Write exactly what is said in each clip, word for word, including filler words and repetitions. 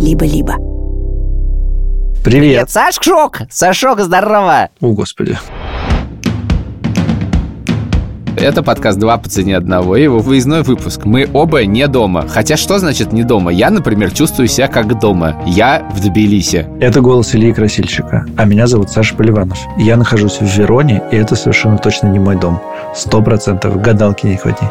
либо-либо. Привет. Привет, Сашок! Сашок, здорово! О, Господи. Это подкаст «Два по цене одного», его выездной выпуск. Мы оба не дома. Хотя что значит не дома? Я, например, чувствую себя как дома. Я в Тбилиси. Это голос Ильи Красильщика. А меня зовут Саша Поливанов. Я нахожусь в Вероне, и это совершенно точно не мой дом. Сто процентов. Гадалки не ходи.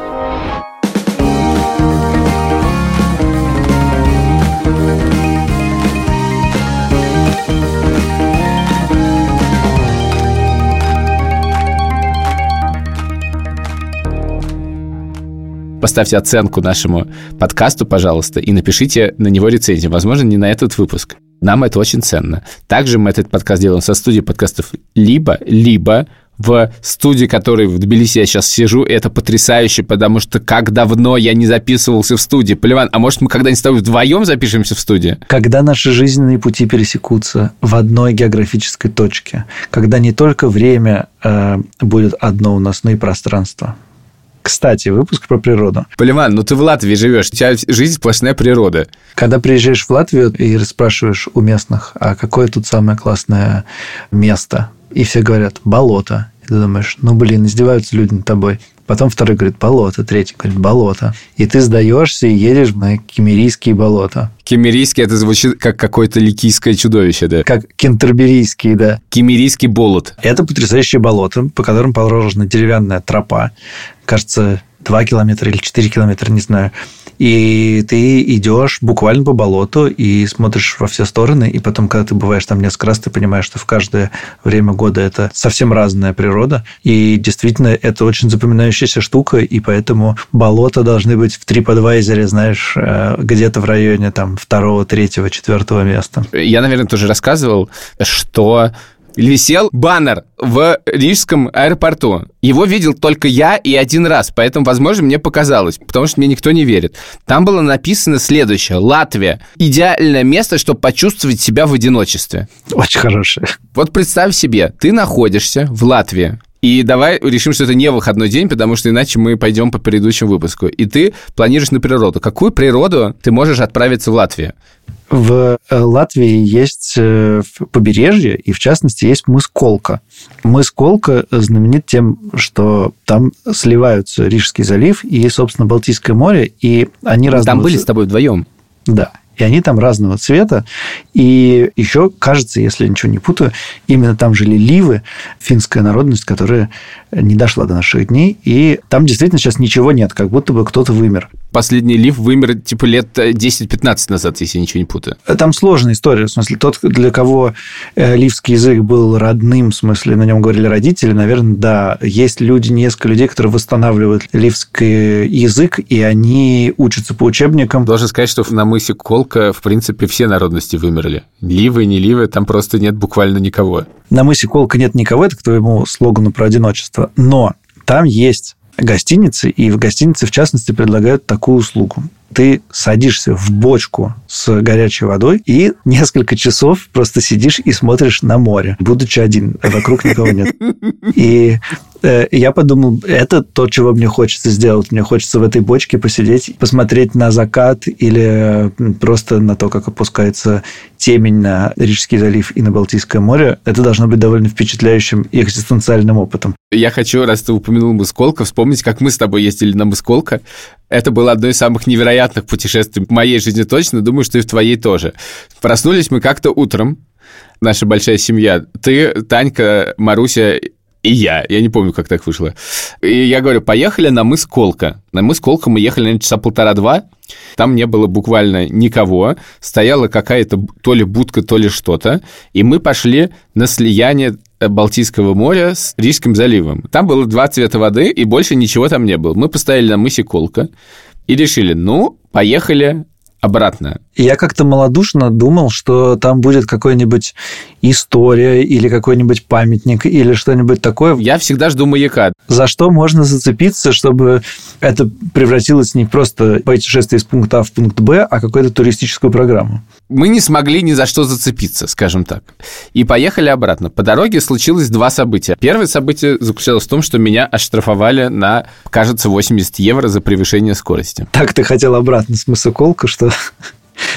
Поставьте оценку нашему подкасту, пожалуйста, и напишите на него рецензию. Возможно, не на этот выпуск. Нам это очень ценно. Также мы этот подкаст делаем со студии подкастов «Либо», либо в студии, которой в Тбилиси я сейчас сижу. И это потрясающе, потому что как давно я не записывался в студии. Поливан, а может, мы когда-нибудь с тобой вдвоем запишемся в студии? Когда наши жизненные пути пересекутся в одной географической точке, когда не только время э, будет одно у нас, но и пространство. Кстати, выпуск про природу. Поливан, ну ты в Латвии живешь, у тебя жизнь сплошная природа. Когда приезжаешь в Латвию и спрашиваешь у местных, а какое тут самое классное место, и все говорят «болото». И ты думаешь, ну, блин, издеваются люди над тобой. Потом второй говорит «болото», третий говорит «болото». И ты сдаешься и едешь на кемерийские болота. Кемерийский, это звучит как какое-то ликийское чудовище, да? Как кентерберийские, да. Кемерийский болот. Это потрясающее болото, по которым проложена деревянная тропа. Кажется, два километра или четыре километра, не знаю. И ты идешь буквально по болоту и смотришь во все стороны. И потом, когда ты бываешь там несколько раз, ты понимаешь, что в каждое время года это совсем разная природа. И действительно, это очень запоминающаяся штука. И поэтому болота должны быть в TripAdvisor, знаешь, где-то в районе там второго, третьего, четвертого места. Я, наверное, тоже рассказывал, что висел баннер в Рижском аэропорту. Его видел только я и один раз, поэтому, возможно, мне показалось, потому что мне никто не верит. Там было написано следующее. Латвия. Идеальное место, чтобы почувствовать себя в одиночестве. Очень хорошее. Вот представь себе, ты находишься в Латвии. И давай решим, что это не выходной день, потому что иначе мы пойдем по предыдущему выпуску. И ты планируешь на природу. Какую природу ты можешь отправиться в Латвию? В Латвии есть побережье, и в частности есть мыс Колка. Мыс Колка знаменит тем, что там сливаются Рижский залив и, собственно, Балтийское море, и они разного... Там были с тобой вдвоем? Да. И они там разного цвета. И еще, кажется, если я ничего не путаю, именно там жили ливы, финская народность, которая не дошла до наших дней. И там действительно сейчас ничего нет, как будто бы кто-то вымер. Последний лив вымер типа лет десять-пятнадцать назад, если я ничего не путаю. Там сложная история. В смысле, тот, для кого ливский язык был родным, в смысле, на нем говорили родители, наверное, да. Есть люди, несколько людей, которые восстанавливают ливский язык, и они учатся по учебникам. Должен сказать, что на мысе Колка, в принципе, все народности вымерли. Ливы, не ливы, там просто нет буквально никого. На мысе Колка нет никого, это к твоему слогану про одиночество. Но там есть гостиницы, и в гостинице, в частности, предлагают такую услугу. Ты садишься в бочку с горячей водой и несколько часов просто сидишь и смотришь на море, будучи один, а вокруг никого нет. И э, я подумал, это то, чего мне хочется сделать. Мне хочется в этой бочке посидеть, посмотреть на закат или просто на то, как опускается темень на Рижский залив и на Балтийское море. Это должно быть довольно впечатляющим и экзистенциальным опытом. Я хочу, раз ты упомянул мыс Колка, вспомнить, как мы с тобой ездили на мыс Колка. Это было одно из самых невероятных путешествий в моей жизни точно, думаю, что и в твоей тоже. Проснулись мы как-то утром, наша большая семья, ты, Танька, Маруся и я. Я не помню, как так вышло. И я говорю, поехали на мыс Колка. На мыс Колка мы ехали, наверное, часа полтора-два. Там не было буквально никого. Стояла какая-то то ли будка, то ли что-то. И мы пошли на слияние Балтийского моря с Рижским заливом. Там было два цвета воды, и больше ничего там не было. Мы постояли на мысе Колка и решили, ну, поехали обратно. Я как-то малодушно думал, что там будет какая-нибудь история или какой-нибудь памятник или что-нибудь такое. Я всегда жду маяка. За что можно зацепиться, чтобы это превратилось не просто путешествие из пункта А в пункт Б, а какую-то туристическую программу. Мы не смогли ни за что зацепиться, скажем так. И поехали обратно. По дороге случилось два события. Первое событие заключалось в том, что меня оштрафовали на, кажется, восемьдесят евро за превышение скорости. Так ты хотел обратно с мыса Колка, что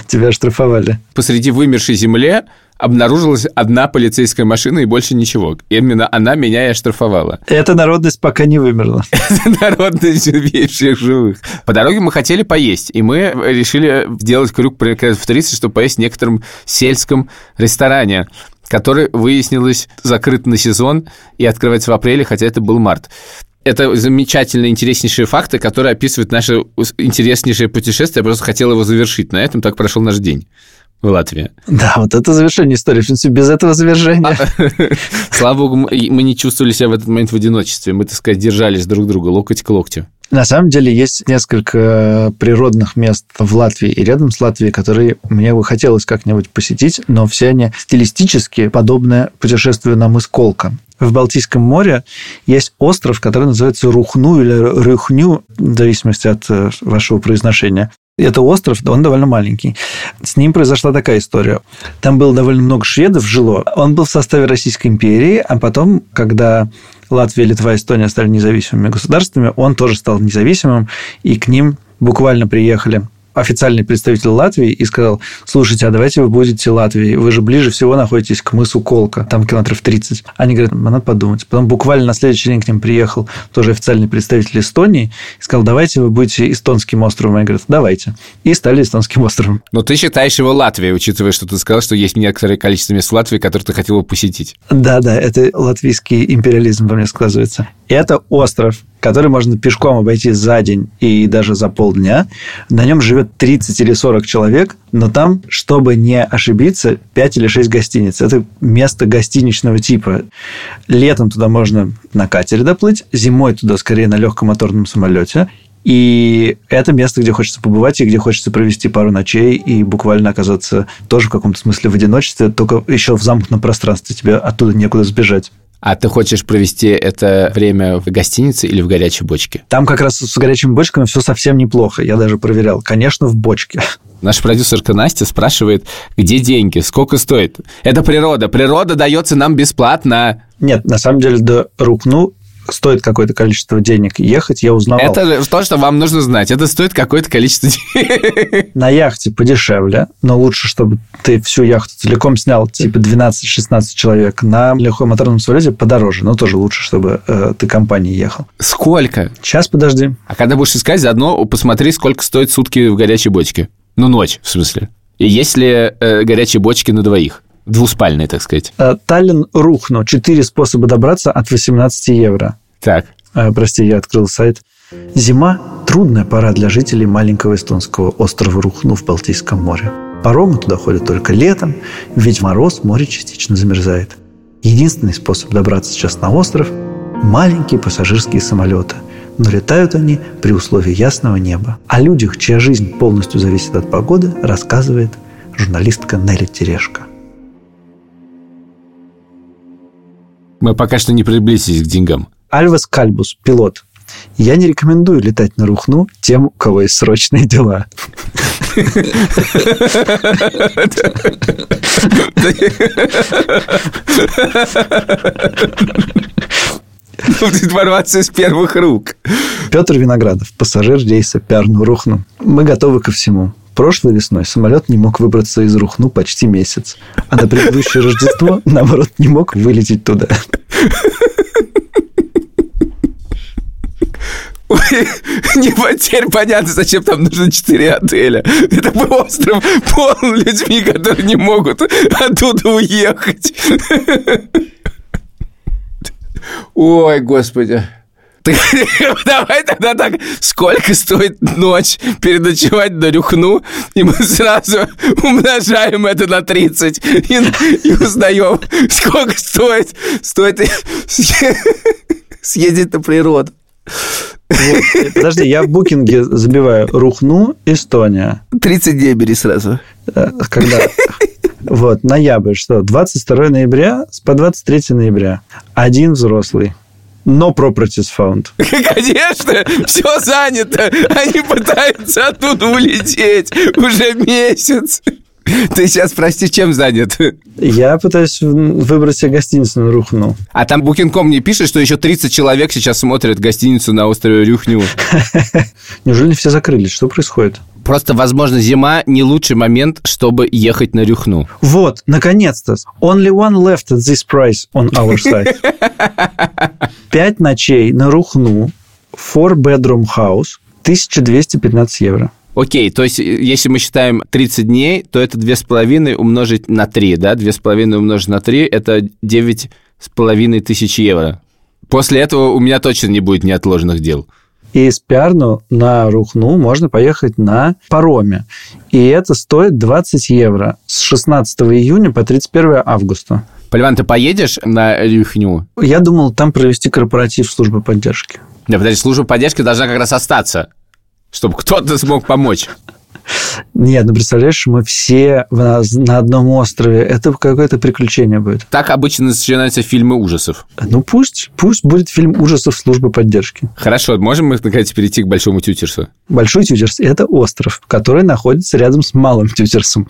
Тебя оштрафовали. Посреди вымершей земли обнаружилась одна полицейская машина и больше ничего. Именно она меня и оштрафовала. Эта народность пока не вымерла. Это народность живейших живых. По дороге мы хотели поесть, и мы решили сделать крюк в тридцать, чтобы поесть в некотором сельском ресторане, который, выяснилось, закрыт на сезон и открывается в апреле, хотя это был март. Это замечательные, интереснейшие факты, которые описывают наше интереснейшее путешествие. Я просто хотел его завершить. На этом так прошел наш день в Латвии. Да, вот это завершение истории. В принципе, без этого завершения. Слава богу, мы не чувствовали себя в этот момент в одиночестве. Мы, так сказать, держались друг друга локоть к локтю. На самом деле есть несколько природных мест в Латвии и рядом с Латвией, которые мне бы хотелось как-нибудь посетить, но все они стилистически подобны путешествию на мыс Колка. В Балтийском море есть остров, который называется Рухну или Рюхню, в зависимости от вашего произношения. Это остров, он довольно маленький. С ним произошла такая история. Там было довольно много шведов, жило. Он был в составе Российской империи, а потом, когда Латвия, Литва, Эстония стали независимыми государствами, он тоже стал независимым, и к ним буквально приехали официальный представитель Латвии и сказал: слушайте, а давайте вы будете Латвией, вы же ближе всего находитесь к мысу Колка, там километров тридцать. Они говорят: надо подумать. Потом буквально на следующий день к ним приехал тоже официальный представитель Эстонии и сказал: давайте вы будете эстонским островом. Они говорят: давайте. И стали эстонским островом. Но ты считаешь его Латвией, учитывая, что ты сказал, что есть некоторое количество мест в Латвии, которые ты хотел бы посетить. Да-да, это латвийский империализм во мне сказывается. Это остров, который можно пешком обойти за день и даже за полдня. На нем живет тридцать или сорок человек, но там, чтобы не ошибиться, пять или шесть гостиниц. Это место гостиничного типа. Летом туда можно на катере доплыть, зимой туда скорее на легкомоторном самолете. И это место, где хочется побывать и где хочется провести пару ночей и буквально оказаться тоже в каком-то смысле в одиночестве, только еще в замкнутом пространстве. Тебе оттуда некуда сбежать. А ты хочешь провести это время в гостинице или в горячей бочке? Там как раз с горячими бочками все совсем неплохо. Я даже проверял. Конечно, в бочке. Наша продюсерка Настя спрашивает, где деньги, сколько стоит? Это природа. Природа дается нам бесплатно. Нет, на самом деле, до Рухну стоит какое-то количество денег ехать, я узнавал. Это то, что вам нужно знать. Это стоит какое-то количество денег. На яхте подешевле, но лучше, чтобы ты всю яхту целиком снял, типа двенадцать-шестнадцать человек. На легкомоторном самолете подороже, но тоже лучше, чтобы э, ты компанией ехал. Сколько? Сейчас, подожди. А когда будешь искать, заодно посмотри, сколько стоит сутки в горячей бочке. Ну, ночь, в смысле. И есть ли э, горячие бочки на двоих? Двуспальные, так сказать. Таллин-Рухну. Четыре способа добраться от восемнадцати евро. Так. А, прости, я открыл сайт. Зима – трудная пора для жителей маленького эстонского острова Рухну в Балтийском море. Паромы туда ходят только летом, ведь мороз море частично замерзает. Единственный способ добраться сейчас на остров – маленькие пассажирские самолеты. Но летают они при условии ясного неба. О людях, чья жизнь полностью зависит от погоды, рассказывает журналистка Нелли Терешко. Мы пока что не приблизились к деньгам. Альвас Кальбус, пилот. Я не рекомендую летать на Рухну тем, у кого есть срочные дела. Информация с первых рук. Петр Виноградов, пассажир рейса Пярну-Рухну. Мы готовы ко всему. Прошлой весной самолет не мог выбраться из Рухну почти месяц. А на предыдущее Рождество, наоборот, не мог вылететь туда. Ой, не теперь понятно, зачем там нужно четыре отеля. Это был остров полон людьми, которые не могут оттуда уехать. Ой, господи. Давай тогда так, сколько стоит ночь переночевать на Рюхну, и мы сразу умножаем это на тридцать и, и узнаем, сколько стоит, стоит съездить на природу. Вот. Подожди, я в букинге забиваю Рухну, Эстония. тридцать дней бери сразу. Когда... Вот, ноябрь, что? двадцать второго ноября по двадцать третьего ноября. Один взрослый. No properties found. Конечно, все занято. Они пытаются оттуда улететь уже месяц. Ты сейчас, прости, чем занят? Я пытаюсь выбрать себе гостиницу на Рухну. А там букинг точка ком мне пишет, что еще тридцать человек сейчас смотрят гостиницу на острове Рюхню. Неужели не все закрылись? Что происходит? Просто, возможно, зима не лучший момент, чтобы ехать на Рюхну. Вот, наконец-то. Only one left at this price on our side. Пять ночей на Рюхну, four-bedroom house, тысяча двести пятнадцать евро. Окей, то есть, если мы считаем тридцать дней, то это две с половиной умножить на три, да? Две с половиной умножить на три – это девять с половиной тысяч евро. После этого у меня точно не будет неотложных дел. И из Пярну на Рюхну можно поехать на пароме. И это стоит двадцать евро с шестнадцатого июня по тридцать первого августа. Поливан, ты поедешь на Рюхню? Я думал там провести корпоратив службы поддержки. Да, подожди, служба поддержки должна как раз остаться, чтобы кто-то смог помочь. Нет, ну представляешь, мы все на, на одном острове. Это какое-то приключение будет. Так обычно начинаются фильмы ужасов. Ну пусть, пусть будет фильм ужасов службы поддержки. Хорошо, можем мы, наконец, перейти к Большому Тютерсу? Большой Тютерс – это остров, который находится рядом с Малым Тютерсом.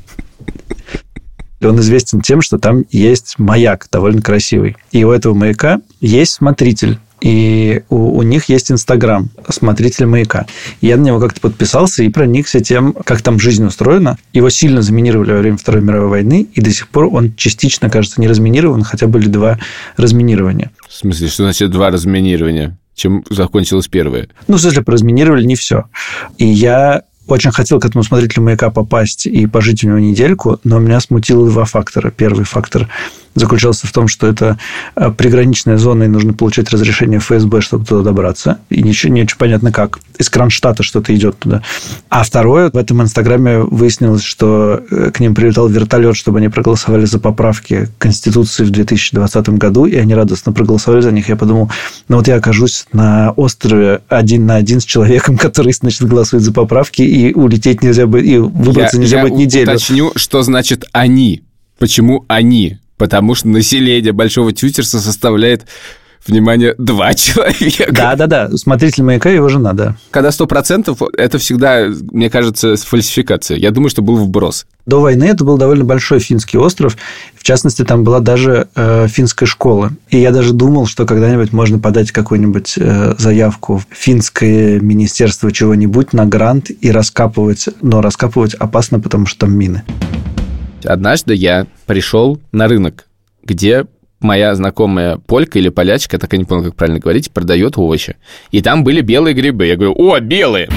Он известен тем, что там есть маяк довольно красивый. И у этого маяка есть смотритель. И у, у них есть Инстаграм смотрителя маяка. Я на него как-то подписался и проникся тем, как там жизнь устроена. Его сильно заминировали во время Второй мировой войны, и до сих пор он частично, кажется, не разминирован, хотя были два разминирования. В смысле, что значит два разминирования? Чем закончилось первое? Ну, в смысле, поразминировали не все. И я очень хотел к этому смотрителю маяка попасть и пожить у него недельку, но меня смутило два фактора. Первый фактор заключался в том, что это приграничная зона, и нужно получать разрешение эф эс бэ, чтобы туда добраться. И ничего, не очень понятно как. Из Кронштадта что-то идет туда. А второе, в этом Инстаграме выяснилось, что к ним прилетал вертолет, чтобы они проголосовали за поправки к Конституции в две тысячи двадцатом году, и они радостно проголосовали за них. Я подумал, ну вот я окажусь на острове один на один с человеком, который, значит, голосует за поправки, и улететь нельзя будет, и выбраться я, нельзя я будет неделю. Я уточню, что значит «они». Почему «они»? Потому что население Большого Тютерса составляет, внимание, два человека. Да-да-да, смотритель маяка и его жена, да. Когда сто процентов, это всегда, мне кажется, фальсификация. Я думаю, что был вброс. До войны это был довольно большой финский остров. В частности, там была даже э, финская школа. И я даже думал, что когда-нибудь можно подать какую-нибудь э, заявку в финское министерство чего-нибудь на грант и раскапывать. Но раскапывать опасно, потому что там мины. Однажды я пришел на рынок, где моя знакомая полька или полячка, я так и не помню, как правильно говорить, продает овощи. И там были белые грибы. Я говорю, о, белые!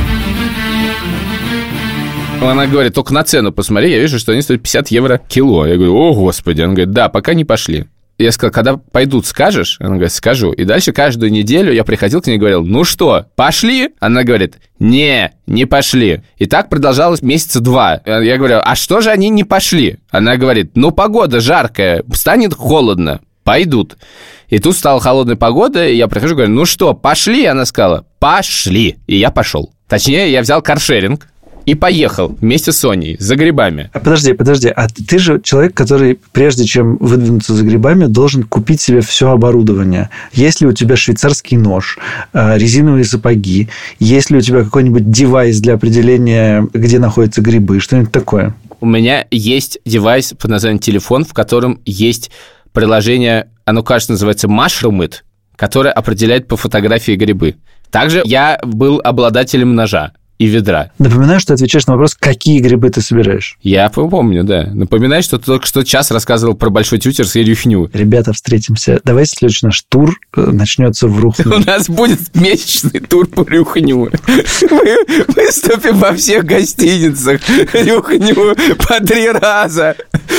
Она говорит, только на цену посмотри, я вижу, что они стоят пятьдесят евро кило. Я говорю, о, господи. Она говорит, да, пока не пошли. Я сказал, когда пойдут, скажешь? Она говорит, скажу. И дальше каждую неделю я приходил к ней и говорил, ну что, пошли? Она говорит, не, не пошли. И так продолжалось месяца два. Я говорю, а что же они не пошли? Она говорит, ну погода жаркая, станет холодно, пойдут. И тут стала холодная погода, и я прихожу и говорю, ну что, пошли? Она сказала, пошли. И я пошел. Точнее, я взял каршеринг и поехал вместе с Соней за грибами. А подожди, подожди, а ты же человек, который, прежде чем выдвинуться за грибами, должен купить себе все оборудование. Есть ли у тебя швейцарский нож, резиновые сапоги, есть ли у тебя какой-нибудь девайс для определения, где находятся грибы, что-нибудь такое? У меня есть девайс под названием телефон, в котором есть приложение, оно, кажется, называется Mushroom It, которое определяет по фотографии грибы. Также я был обладателем ножа и ведра. Напоминаю, что отвечаешь на вопрос, какие грибы ты собираешь. Я помню, да. Напоминаю, что ты только что час рассказывал про Большой Тютерс и Рюхню. Ребята, встретимся. Давайте следующий наш тур начнется в Рюхню. У нас будет месячный тур по Рюхню. Мы выступим во всех гостиницах Рюхню по три раза.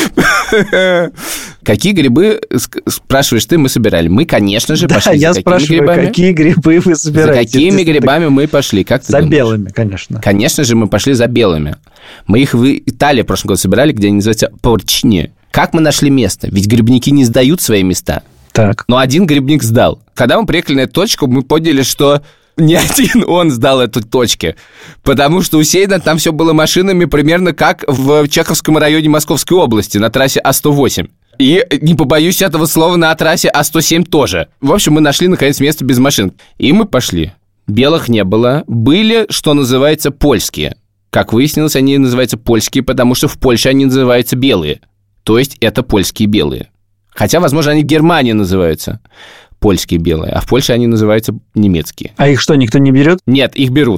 Какие грибы, спрашиваешь ты, мы собирали? Мы, конечно же, пошли. Да, я спрашиваю, грибами? какие грибы вы собираете? За какими грибами мы пошли? Как ты За думаешь? белыми, конечно. Конечно же, мы пошли за белыми. Мы их в Италии в прошлом году собирали, где они называются порчни. Как мы нашли место? Ведь грибники не сдают свои места. Так. Но один грибник сдал. Когда мы приехали на эту точку, мы поняли, что не один он сдал эту точку, потому что усеяно там все было машинами примерно как в Чеховском районе Московской области на трассе А сто восемь. И, не побоюсь этого слова, на трассе А сто семь тоже. В общем, мы нашли, наконец, место без машин. И мы пошли. Белых не было. Были, что называется, польские. Как выяснилось, они называются польские, потому что в Польше они называются белые. То есть, это польские белые. Хотя, возможно, они в Германии называются польские белые, а в Польше они называются немецкие. А их что, никто не берет? Нет, их берут.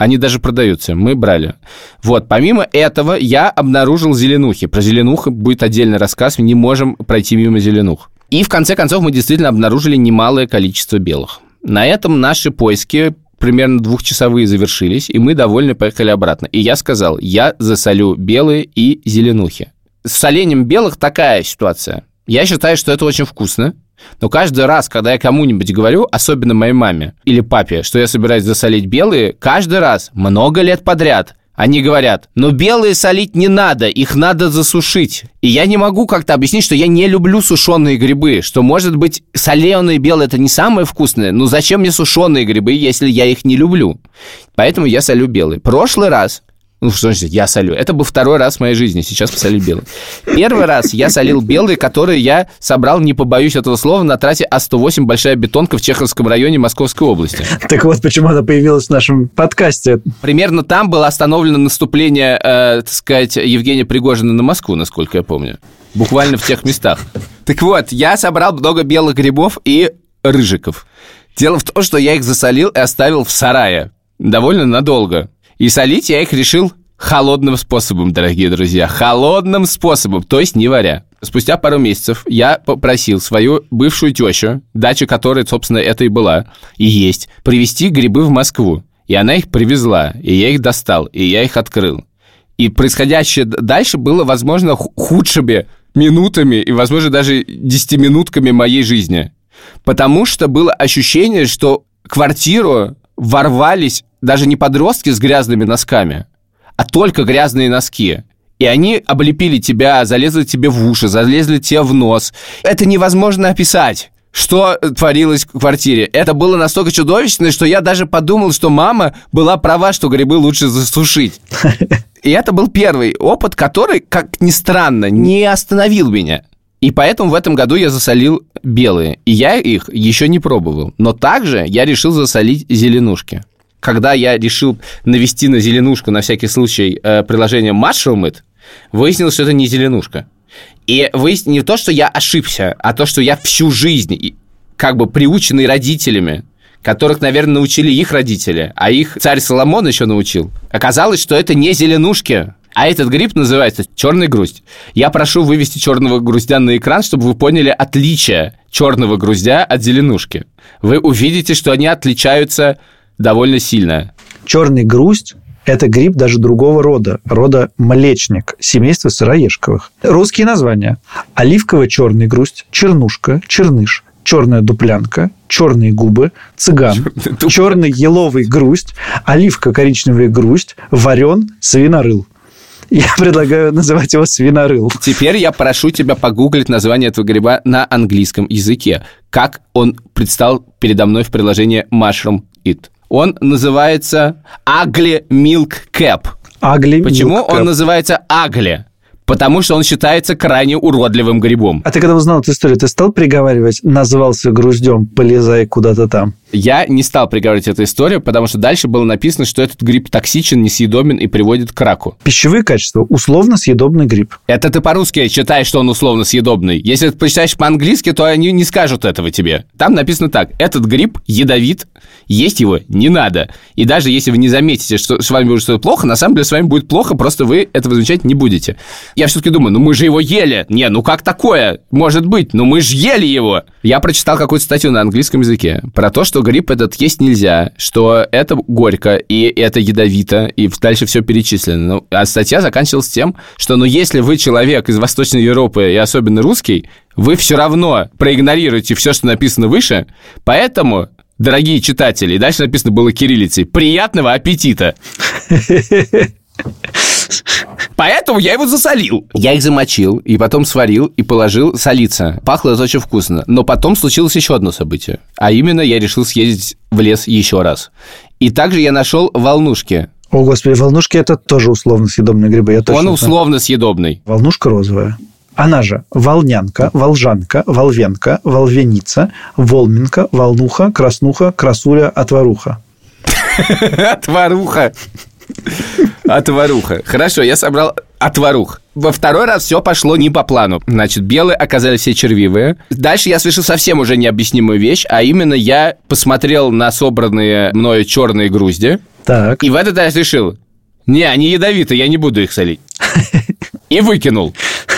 Они даже продаются, мы брали. Вот, помимо этого, я обнаружил зеленухи. Про зеленуху будет отдельный рассказ, не можем пройти мимо зеленух. И в конце концов мы действительно обнаружили немалое количество белых. На этом наши поиски примерно двухчасовые завершились, и мы довольны поехали обратно. И я сказал, я засолю белые и зеленухи. С солением белых такая ситуация. Я считаю, что это очень вкусно, но каждый раз, когда я кому-нибудь говорю, особенно моей маме или папе, что я собираюсь засолить белые, каждый раз, много лет подряд, они говорят, но белые солить не надо, их надо засушить. И я не могу как-то объяснить, что я не люблю сушеные грибы, что, может быть, соленые белые – это не самое вкусное, но зачем мне сушеные грибы, если я их не люблю? Поэтому я солю белые. Прошлый раз... Ну, что значит, я солю? Это был второй раз в моей жизни, сейчас посолю белые. Первый раз я солил белые, которые я собрал, не побоюсь этого слова, на трассе А сто восемь «Большая бетонка» в Чеховском районе Московской области. Так вот, почему она появилась в нашем подкасте. Примерно там было остановлено наступление, э, так сказать, Евгения Пригожина на Москву, насколько я помню. Буквально в тех местах. Так вот, я собрал много белых грибов и рыжиков. Дело в том, что я их засолил и оставил в сарае довольно надолго. И солить я их решил холодным способом, дорогие друзья. Холодным способом, то есть не варя. Спустя пару месяцев я попросил свою бывшую тещу, дача которой, собственно, это и была, и есть, привезти грибы в Москву. И она их привезла, и я их достал, и я их открыл. И происходящее дальше было, возможно, худшими минутами и, возможно, даже десятиминутками моей жизни. Потому что было ощущение, что в квартиру ворвались даже не подростки с грязными носками, а только грязные носки. И они облепили тебя, залезли тебе в уши, залезли тебе в нос. Это невозможно описать, что творилось в квартире. Это было настолько чудовищно, что я даже подумал, что мама была права, что грибы лучше засушить. И это был первый опыт, который, как ни странно, не остановил меня. И поэтому в этом году я засолил белые. И я их еще не пробовал. Но также я решил засолить зеленушки. Когда я решил навести на зеленушку, на всякий случай, э, приложение Mushroom It, выяснилось, что это не зеленушка. И выяснилось не то, что я ошибся, а то, что я всю жизнь, как бы приученный родителями, которых, наверное, научили их родители, а их царь Соломон еще научил, оказалось, что это не зеленушки. А этот гриб называется черный груздь. Я прошу вывести черного груздя на экран, чтобы вы поняли отличие черного груздя от зеленушки. Вы увидите, что они отличаются довольно сильно. Черный груздь – это гриб даже другого рода, рода млечник, семейства сыроежковых. Русские названия: оливково-черный груздь, чернушка, черныш, черная дуплянка, черные губы, цыган, черный еловый груздь, оливко-коричневый груздь, варен, свинорыл. Я предлагаю называть его свинорыл. Теперь я прошу тебя погуглить название этого гриба на английском языке. Как он предстал передо мной в приложении Mushroom It. Он называется Ugly Milk Cap. Ugly Почему Milk Cap. Он называется Ugly? Потому что он считается крайне уродливым грибом. А ты когда узнал эту историю, ты стал приговаривать, назвался груздем, полезай куда-то там? Я не стал приговаривать эту историю, потому что дальше было написано, что этот гриб токсичен, несъедобен и приводит к раку. Пищевые качества. Условно съедобный гриб. Это ты по-русски читаешь, что он условно съедобный. Если ты почитаешь по-английски, то они не скажут этого тебе. Там написано так: этот гриб ядовит, есть его не надо. И даже если вы не заметите, что с вами будет что-то плохо, на самом деле с вами будет плохо, просто вы этого замечать не будете. Я все-таки думаю, ну мы же его ели. Не, ну как такое? Может быть, ну мы же ели его. Я прочитал какую-то статью на английском языке про то, что гриб этот есть нельзя, что это горько, и это ядовито, и дальше все перечислено. Ну, а статья заканчивалась тем, что ну если вы человек из Восточной Европы, и особенно русский, вы все равно проигнорируете все, что написано выше, поэтому... Дорогие читатели, и дальше написано было кириллицей: приятного аппетита. Поэтому я его засолил. Я их замочил, и потом сварил, и положил солиться. Пахло это очень вкусно. Но потом случилось еще одно событие. А именно, я решил съездить в лес еще раз. И также я нашел волнушки. О, господи, волнушки – это тоже условно съедобные грибы. Я точно Он знаю. условно съедобный. Волнушка розовая. Она же волнянка, волжанка, волвенка, волвеница, волминка, волнуха, краснуха, красуля, отваруха. Отваруха. Отваруха. Хорошо, я собрал отварух. Во второй раз все пошло не по плану. Значит, белые оказались все червивые. Дальше я совершил совсем уже необъяснимую вещь, а именно я посмотрел на собранные мною черные грузди Так. И в этот раз решил, не, они ядовиты, я не буду их солить. И выкинул.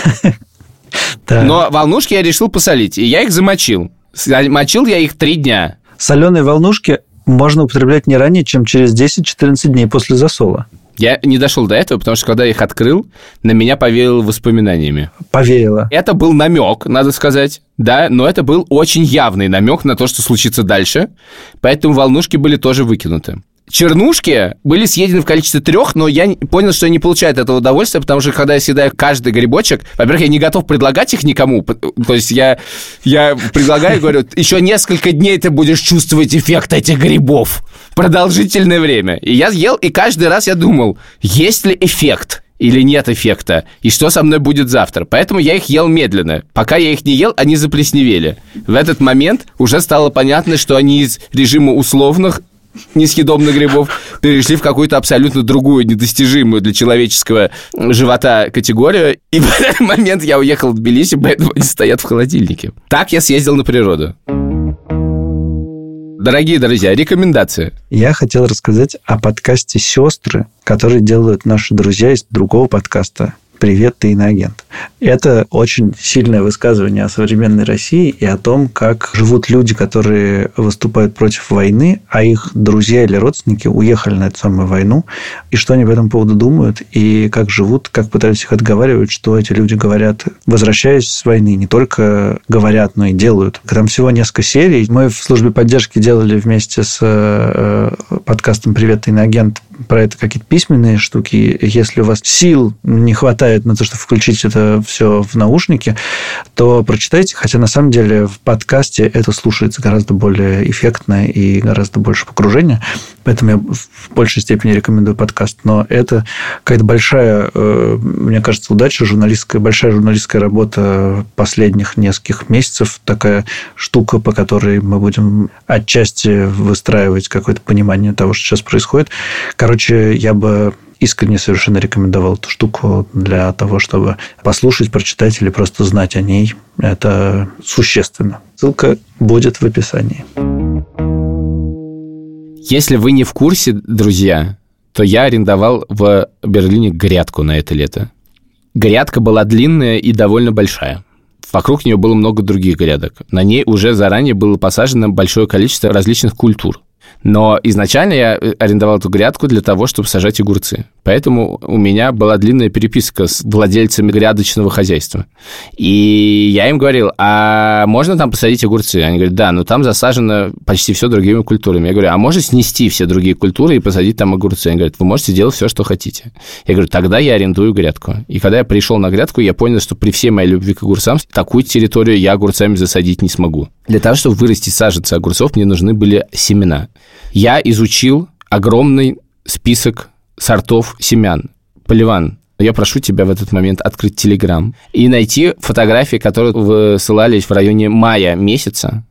Но волнушки я решил посолить, и я их замочил. Мочил я их три дня. Соленые волнушки можно употреблять не ранее, чем через десять-четырнадцать дней после засола. Я не дошел до этого, потому что когда я их открыл, на меня повеяло воспоминаниями. Повеяло. Это был намек, надо сказать, да, но это был очень явный намек на то, что случится дальше, поэтому волнушки были тоже выкинуты. Чернушки были съедены в количестве трех, но я понял, что я не получаю от этого удовольствия, потому что, когда я съедаю каждый грибочек, во-первых, я не готов предлагать их никому, то есть я, я предлагаю, говорю, еще несколько дней ты будешь чувствовать эффект этих грибов, продолжительное время. И я ел, и каждый раз я думал, есть ли эффект или нет эффекта, и что со мной будет завтра. Поэтому я их ел медленно. Пока я их не ел, они заплесневели. В этот момент уже стало понятно, что они из режима условных несъедобных грибов перешли в какую-то абсолютно другую, недостижимую для человеческого живота категорию. И в этот момент я уехал в Тбилиси, поэтому они стоят в холодильнике. Так я съездил на природу. Дорогие друзья, рекомендации. Я хотел рассказать о подкасте «Сестры», который делают наши друзья из другого подкаста «Привет, ты иноагент». Это очень сильное высказывание о современной России и о том, как живут люди, которые выступают против войны, а их друзья или родственники уехали на эту самую войну, и что они по этому поводу думают, и как живут, как пытаются их отговаривать, что эти люди говорят, возвращаясь с войны, не только говорят, но и делают. Там всего несколько серий. Мы в службе поддержки делали вместе с подкастом «Привет, ты иноагент» про это какие-то письменные штуки. Если у вас сил не хватает на то, чтобы включить это все в наушники, то прочитайте. Хотя, на самом деле, в подкасте это слушается гораздо более эффектно и гораздо больше погружения. Поэтому я в большей степени рекомендую подкаст. Но это какая-то большая, мне кажется, удача журналистская, большая журналистская работа последних нескольких месяцев. Такая штука, по которой мы будем отчасти выстраивать какое-то понимание того, что сейчас происходит. Короче, я бы искренне совершенно рекомендовал эту штуку для того, чтобы послушать, прочитать или просто знать о ней. Это существенно. Ссылка будет в описании. Если вы не в курсе, друзья, то я арендовал в Берлине грядку на это лето. Грядка была длинная и довольно большая. Вокруг нее было много других грядок. На ней уже заранее было посажено большое количество различных культур. Но изначально я арендовал эту грядку для того, чтобы сажать огурцы. Поэтому у меня была длинная переписка с владельцами грядочного хозяйства. И я им говорил, а можно там посадить огурцы? Они говорят, да, но там засажено почти все другими культурами. Я говорю, а можно снести все другие культуры и посадить там огурцы? Они говорят, вы можете делать все, что хотите. Я говорю, тогда я арендую грядку. И когда я пришел на грядку, я понял, что при всей моей любви к огурцам такую территорию я огурцами засадить не смогу. Для того, чтобы вырастить саженцы огурцов, мне нужны были семена. Я изучил огромный список сортов семян. Поливан, я прошу тебя в этот момент открыть Телеграм и найти фотографии, которые высылались в районе мая месяца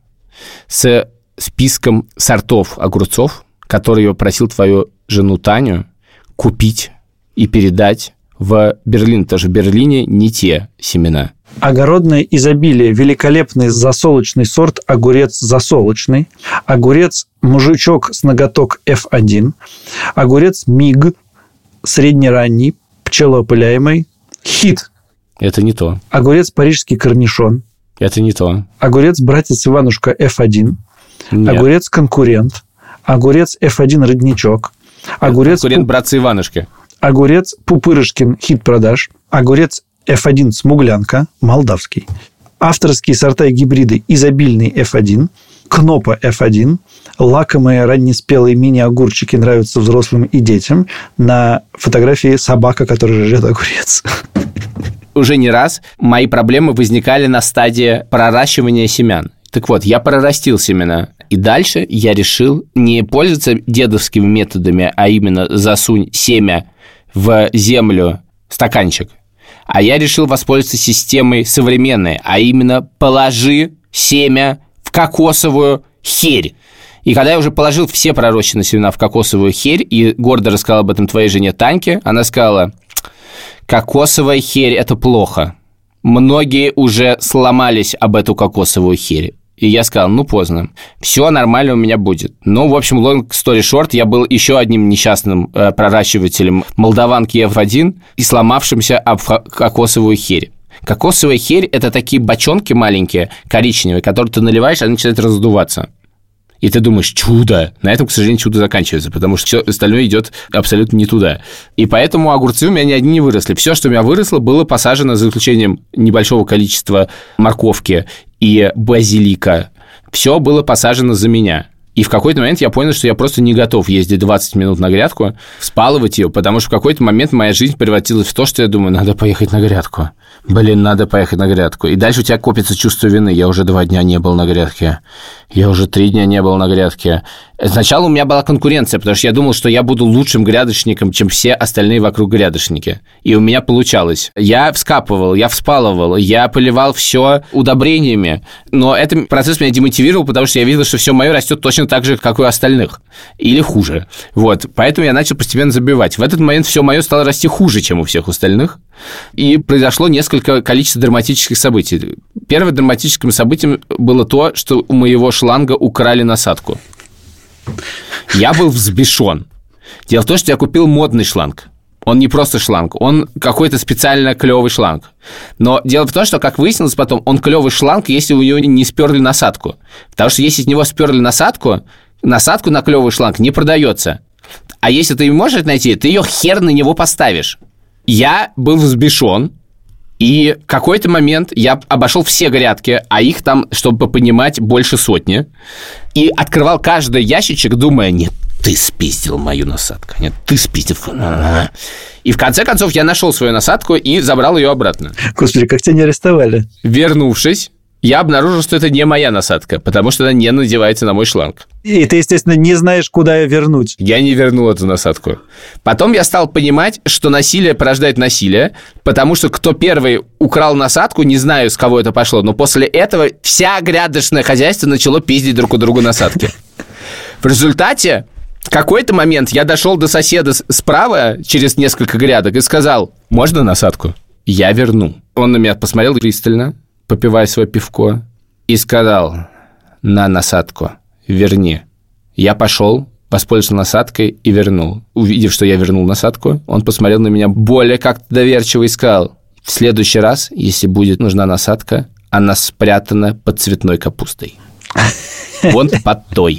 с списком сортов огурцов, которые я просил твою жену Таню купить и передать в Берлин, потому что в Берлине не те семена. Огородное изобилие. Великолепный засолочный сорт огурец засолочный. Огурец мужичок с ноготок эф один. Огурец миг среднеранний, пчелоопыляемый. Хит. Это не то. Огурец парижский корнишон. Это не то. Огурец братец Иванушка эф один. Нет. Огурец конкурент. Огурец эф один родничок. Огурец конкурент братца Иванушки. Огурец Пупырышкин, хит продаж. Огурец эф один смуглянка, молдавский. Авторские сорта и гибриды изобильный эф один, Кнопа эф один, лакомые раннеспелые мини-огурчики нравятся взрослым и детям. На фотографии собака, которая жрет огурец. Уже не раз мои проблемы возникали на стадии проращивания семян. Так вот, я прорастил семена, и дальше я решил не пользоваться дедовскими методами, а именно засунь семя в землю, стаканчик, а я решил воспользоваться системой современной, а именно положи семя в кокосовую херь. И когда я уже положил все пророщенные семена в кокосовую херь и гордо рассказал об этом твоей жене Таньке, она сказала, кокосовая херь – это плохо. Многие уже сломались об эту кокосовую херь. И я сказал, ну, поздно. Все нормально у меня будет. Ну, в общем, long story short, я был еще одним несчастным э, проращивателем молдаванки эф один и сломавшимся об кокосовую херь. Кокосовая херь – это такие бочонки маленькие, коричневые, которые ты наливаешь, они начинают раздуваться. И ты думаешь, чудо. На этом, к сожалению, чудо заканчивается, потому что все остальное идет абсолютно не туда. И поэтому огурцы у меня ни одни не выросли. Все, что у меня выросло, было посажено, за исключением небольшого количества морковки и базилика. Все было посажено за меня. И в какой-то момент я понял, что я просто не готов ездить двадцать минут на грядку, вспалывать ее, потому что в какой-то момент моя жизнь превратилась в то, что я думаю, надо поехать на грядку. Блин, надо поехать на грядку. И дальше у тебя копится чувство вины. Я уже два дня не был на грядке. Я уже три дня не был на грядке. Сначала у меня была конкуренция, потому что я думал, что я буду лучшим грядочником, чем все остальные вокруг грядочники. И у меня получалось. Я вскапывал, я вспалывал, я поливал все удобрениями. Но этот процесс меня демотивировал, потому что я видел, что все мое растет точно так же, как и у остальных. Или хуже. Вот. Поэтому я начал постепенно забивать. В этот момент все мое стало расти хуже, чем у всех остальных. И произошло несколько количества драматических событий. Первым драматическим событием было то, что у моего шланга украли насадку. Я был взбешен. Дело в том, что я купил модный шланг. Он не просто шланг, он какой-то специально клевый шланг. Но дело в том, что, как выяснилось потом, он клевый шланг, если у него не сперли насадку. Потому что если с него сперли насадку, насадку на клевый шланг не продается. А если ты ее можешь найти, ты ее хер на него поставишь. Я был взбешен, и в какой-то момент я обошел все грядки, а их там, чтобы понимать, больше сотни, и открывал каждый ящичек, думая, нет, ты спиздил мою насадку, нет, ты спиздил. И в конце концов я нашел свою насадку и забрал ее обратно. Господи, как тебя не арестовали? Вернувшись, я обнаружил, что это не моя насадка, потому что она не надевается на мой шланг. И ты, естественно, не знаешь, куда ее вернуть. Я не вернул эту насадку. Потом я стал понимать, что насилие порождает насилие, потому что кто первый украл насадку, не знаю, с кого это пошло, но после этого вся грядочное хозяйство начало пиздить друг у друга насадки. В результате в какой-то момент я дошел до соседа справа через несколько грядок и сказал, можно насадку? Я верну. Он на меня посмотрел пристально, попивая свое пивко, и сказал, на насадку, верни. Я пошел, воспользовался насадкой и вернул. Увидев, что я вернул насадку, он посмотрел на меня более как-то доверчиво и сказал, в следующий раз, если будет нужна насадка, она спрятана под цветной капустой. Вон под той.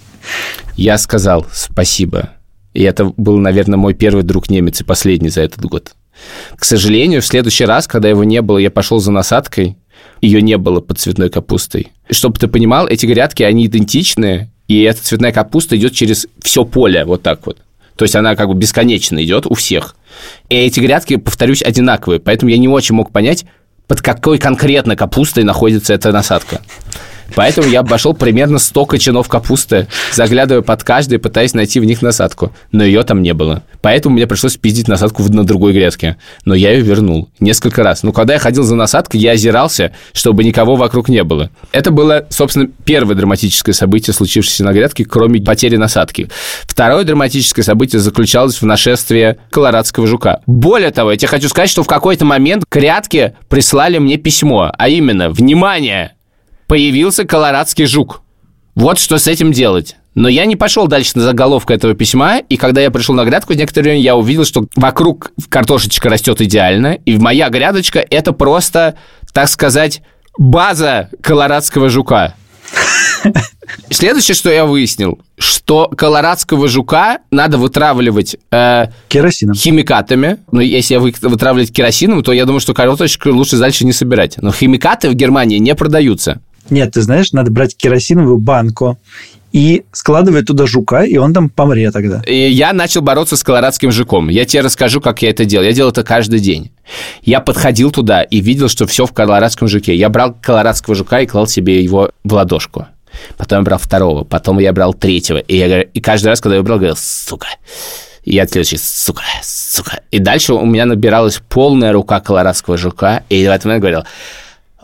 Я сказал спасибо. И это был, наверное, мой первый друг-немец и последний за этот год. К сожалению, в следующий раз, когда его не было, я пошел за насадкой, ее не было под цветной капустой. Чтобы ты понимал, эти грядки, они идентичны, и эта цветная капуста идет через все поле, вот так вот. То есть она как бы бесконечно идет у всех. И эти грядки, повторюсь, одинаковые, поэтому я не очень мог понять, под какой конкретно капустой находится эта насадка. Поэтому я обошел примерно сто кочанов капусты, заглядывая под каждый, пытаясь найти в них насадку. Но ее там не было. Поэтому мне пришлось пиздить насадку на другой грядке. Но я ее вернул несколько раз. Но когда я ходил за насадкой, я озирался, чтобы никого вокруг не было. Это было, собственно, первое драматическое событие, случившееся на грядке, кроме потери насадки. Второе драматическое событие заключалось в нашествии колорадского жука. Более того, я тебе хочу сказать, что в какой-то момент к грядке прислали мне письмо, а именно, внимание! Появился колорадский жук. Вот что с этим делать. Но я не пошел дальше на заголовку этого письма, и когда я пришел на грядку, некоторое время я увидел, что вокруг картошечка растет идеально, и моя грядочка – это просто, так сказать, база колорадского жука. Следующее, что я выяснил, что колорадского жука надо вытравливать э, керосином, химикатами. Но если вытравливать керосином, то я думаю, что картошечку лучше дальше не собирать. Но химикаты в Германии не продаются. Нет, ты знаешь, надо брать керосиновую банку и складывать туда жука, и он там помрет тогда. И я начал бороться с колорадским жуком. Я тебе расскажу, как я это делал. Я делал это каждый день. Я подходил туда и видел, что все в колорадском жуке. Я брал колорадского жука и клал себе его в ладошку. Потом я брал второго, потом я брал третьего. И, я, и каждый раз, когда я брал, говорил, сука. И я следующий, сука, сука. И дальше у меня набиралась полная рука колорадского жука. И в этот момент говорил, вот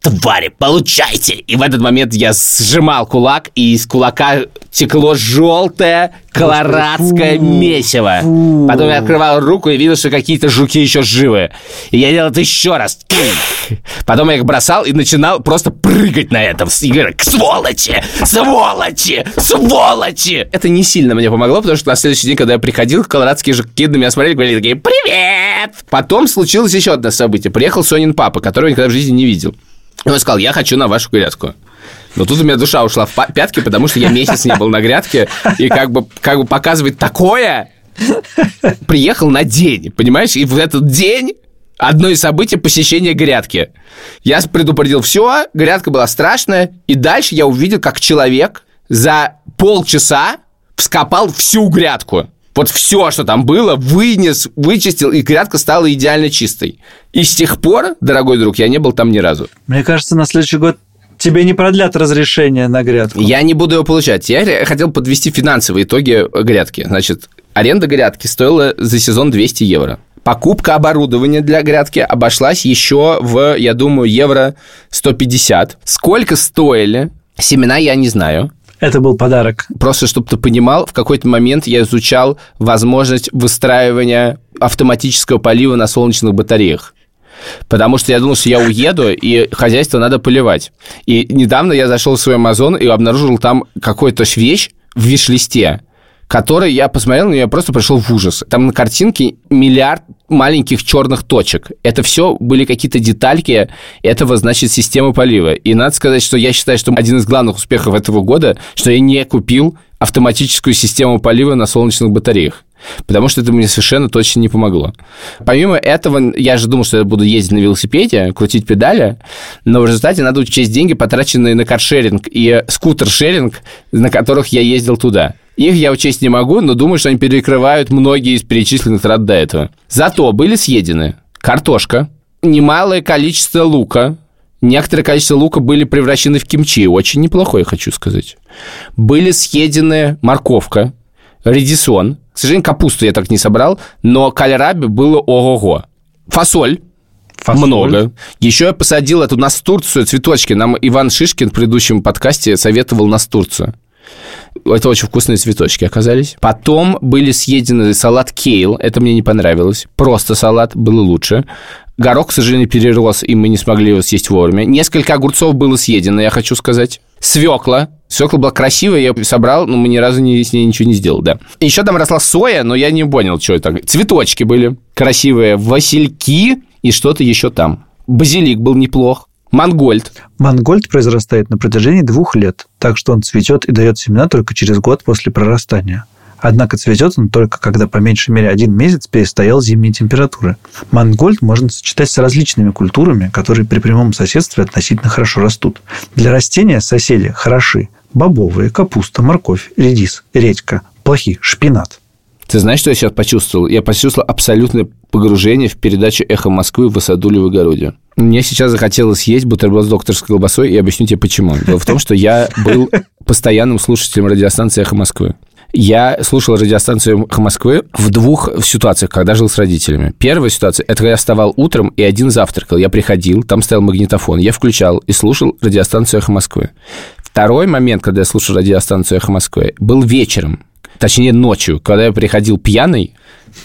твари, получайте! И в этот момент я сжимал кулак, и из кулака текло желтое колорадское фу, месиво. Фу. Потом я открывал руку и видел, что какие-то жуки еще живы. И я делал это еще раз. Потом я их бросал и начинал просто прыгать на этом. И говорю, сволочи, сволочи, сволочи! Это не сильно мне помогло, потому что на следующий день, когда я приходил, колорадские жуки на меня смотрели и говорили такие, привет! Потом случилось еще одно событие. Приехал Сонин папа, которого я никогда в жизни не видел. И он сказал, я хочу на вашу грядку. Но тут у меня душа ушла в пятки, потому что я месяц не был на грядке. И как бы, как бы показывать такое, приехал на день, понимаешь? И в этот день одно из событий — посещение грядки. Я предупредил все, грядка была страшная. И дальше я увидел, как человек за полчаса вскопал всю грядку. Вот все, что там было, вынес, вычистил, и грядка стала идеально чистой. И с тех пор, дорогой друг, я не был там ни разу. Мне кажется, на следующий год тебе не продлят разрешение на грядку. Я не буду его получать. Я хотел подвести финансовые итоги грядки. Значит, аренда грядки стоила за сезон двести евро. Покупка оборудования для грядки обошлась еще в, я думаю, евро сто пятьдесят. Сколько стоили семена, я не знаю. Это был подарок. Просто, чтобы ты понимал, в какой-то момент я изучал возможность выстраивания автоматического полива на солнечных батареях. Потому что я думал, что я уеду, и хозяйство надо поливать. И недавно я зашел в свой Amazon и обнаружил там какую-то вещь в виш-листе, который я посмотрел, и я просто пришел в ужас. Там на картинке миллиард маленьких черных точек. Это все были какие-то детальки этого, значит, системы полива. И надо сказать, что я считаю, что один из главных успехов этого года, что я не купил автоматическую систему полива на солнечных батареях. Потому что это мне совершенно точно не помогло. Помимо этого, я же думал, что я буду ездить на велосипеде, крутить педали, но в результате надо учесть деньги, потраченные на каршеринг и скутер-шеринг, на которых я ездил туда. Их я учесть не могу, но думаю, что они перекрывают многие из перечисленных трат до этого. Зато были съедены картошка, немалое количество лука. Некоторое количество лука были превращены в кимчи. Очень неплохое, хочу сказать. Были съедены морковка, редисон. К сожалению, капусту я так не собрал, но кальраби было ого-го. Фасоль. Фасоль. Много. Еще я посадил эту настурцию, цветочки. Нам Иван Шишкин в предыдущем подкасте советовал настурцию. Это очень вкусные цветочки оказались. Потом были съедены салат кейл. Это мне не понравилось. Просто салат, было лучше. Горох, к сожалению, перерос, и мы не смогли его съесть вовремя. Несколько огурцов было съедено, я хочу сказать. Свекла. Свекла была красивая, я ее собрал, но мы ни разу не, с ней ничего не сделал, да. Еще там росла соя, но я не понял, что это. Цветочки были красивые, васильки и что-то еще там. Базилик был неплох. Мангольд. Мангольд произрастает на протяжении двух лет, так что он цветет и дает семена только через год после прорастания. Однако цветет он только, когда по меньшей мере один месяц перестоял зимние температуры. Мангольд можно сочетать с различными культурами, которые при прямом соседстве относительно хорошо растут. Для растения соседи хороши: бобовые, капуста, морковь, редис, редька, плохи, шпинат. Ты знаешь, что я сейчас почувствовал? Я почувствовал абсолютное погружение в передачу «Эхо Москвы» в Высадуле в огороде. Мне сейчас захотелось съесть бутерброд с докторской колбасой, и объясню тебе почему. Дело в том, что я был постоянным слушателем радиостанции «Эхо Москвы». Я слушал радиостанцию «Эхо Москвы» в двух ситуациях, когда жил с родителями. Первая ситуация – это когда я вставал утром и один завтракал. Я приходил, там стоял магнитофон, я включал и слушал радиостанцию «Эхо Москвы». Второй момент, когда я слушал радиостанцию «Эхо Москвы», был вечером. Точнее, ночью, когда я приходил пьяный,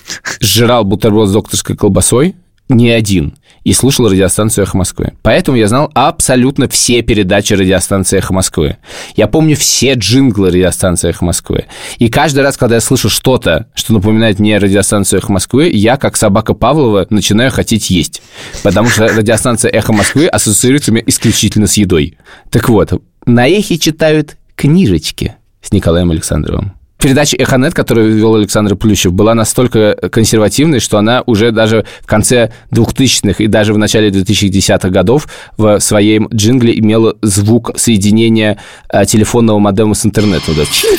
сжирал бутерброд с докторской колбасой, не один, и слушал радиостанцию «Эхо Москвы». Поэтому я знал абсолютно все передачи радиостанции «Эхо Москвы». Я помню все джинглы радиостанции «Эхо Москвы». И каждый раз, когда я слышу что-то, что напоминает мне радиостанцию «Эхо Москвы», я, как собака Павлова, начинаю хотеть есть. Потому что радиостанция «Эхо Москвы» ассоциируется у меня исключительно с едой. Так вот, на «Эхе» читают книжечки с Николаем Александровым. Передача «Эхонет», которую вел Александр Плющев, была настолько консервативной, что она уже даже в конце двухтысячных и даже в начале двухтысячных годов в своем джингле имела звук соединения телефонного модема с интернетом.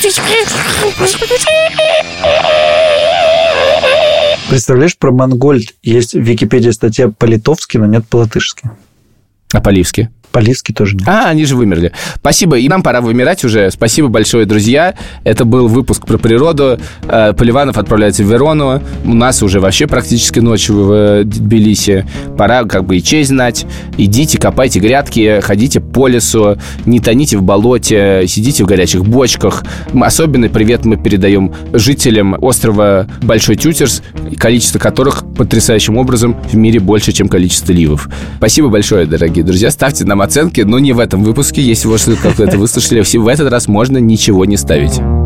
Представляешь, про Мангольд есть в Википедии статья по-литовски, но нет по-латышски. А по-ливски? Поливский тоже нет. А, они же вымерли. Спасибо. И нам пора вымирать уже. Спасибо большое, друзья. Это был выпуск про природу. Поливанов отправляется в Верону. У нас уже вообще практически ночь в Тбилиси. Пора как бы и честь знать. Идите, копайте грядки, ходите по лесу, не тоните в болоте, сидите в горячих бочках. Особенный привет мы передаем жителям острова Большой Тютерс, количество которых потрясающим образом в мире больше, чем количество ливов. Спасибо большое, дорогие друзья. Ставьте нам оценки, но не в этом выпуске. Если вы что-то как-то это выслушали, в этот раз можно ничего не ставить.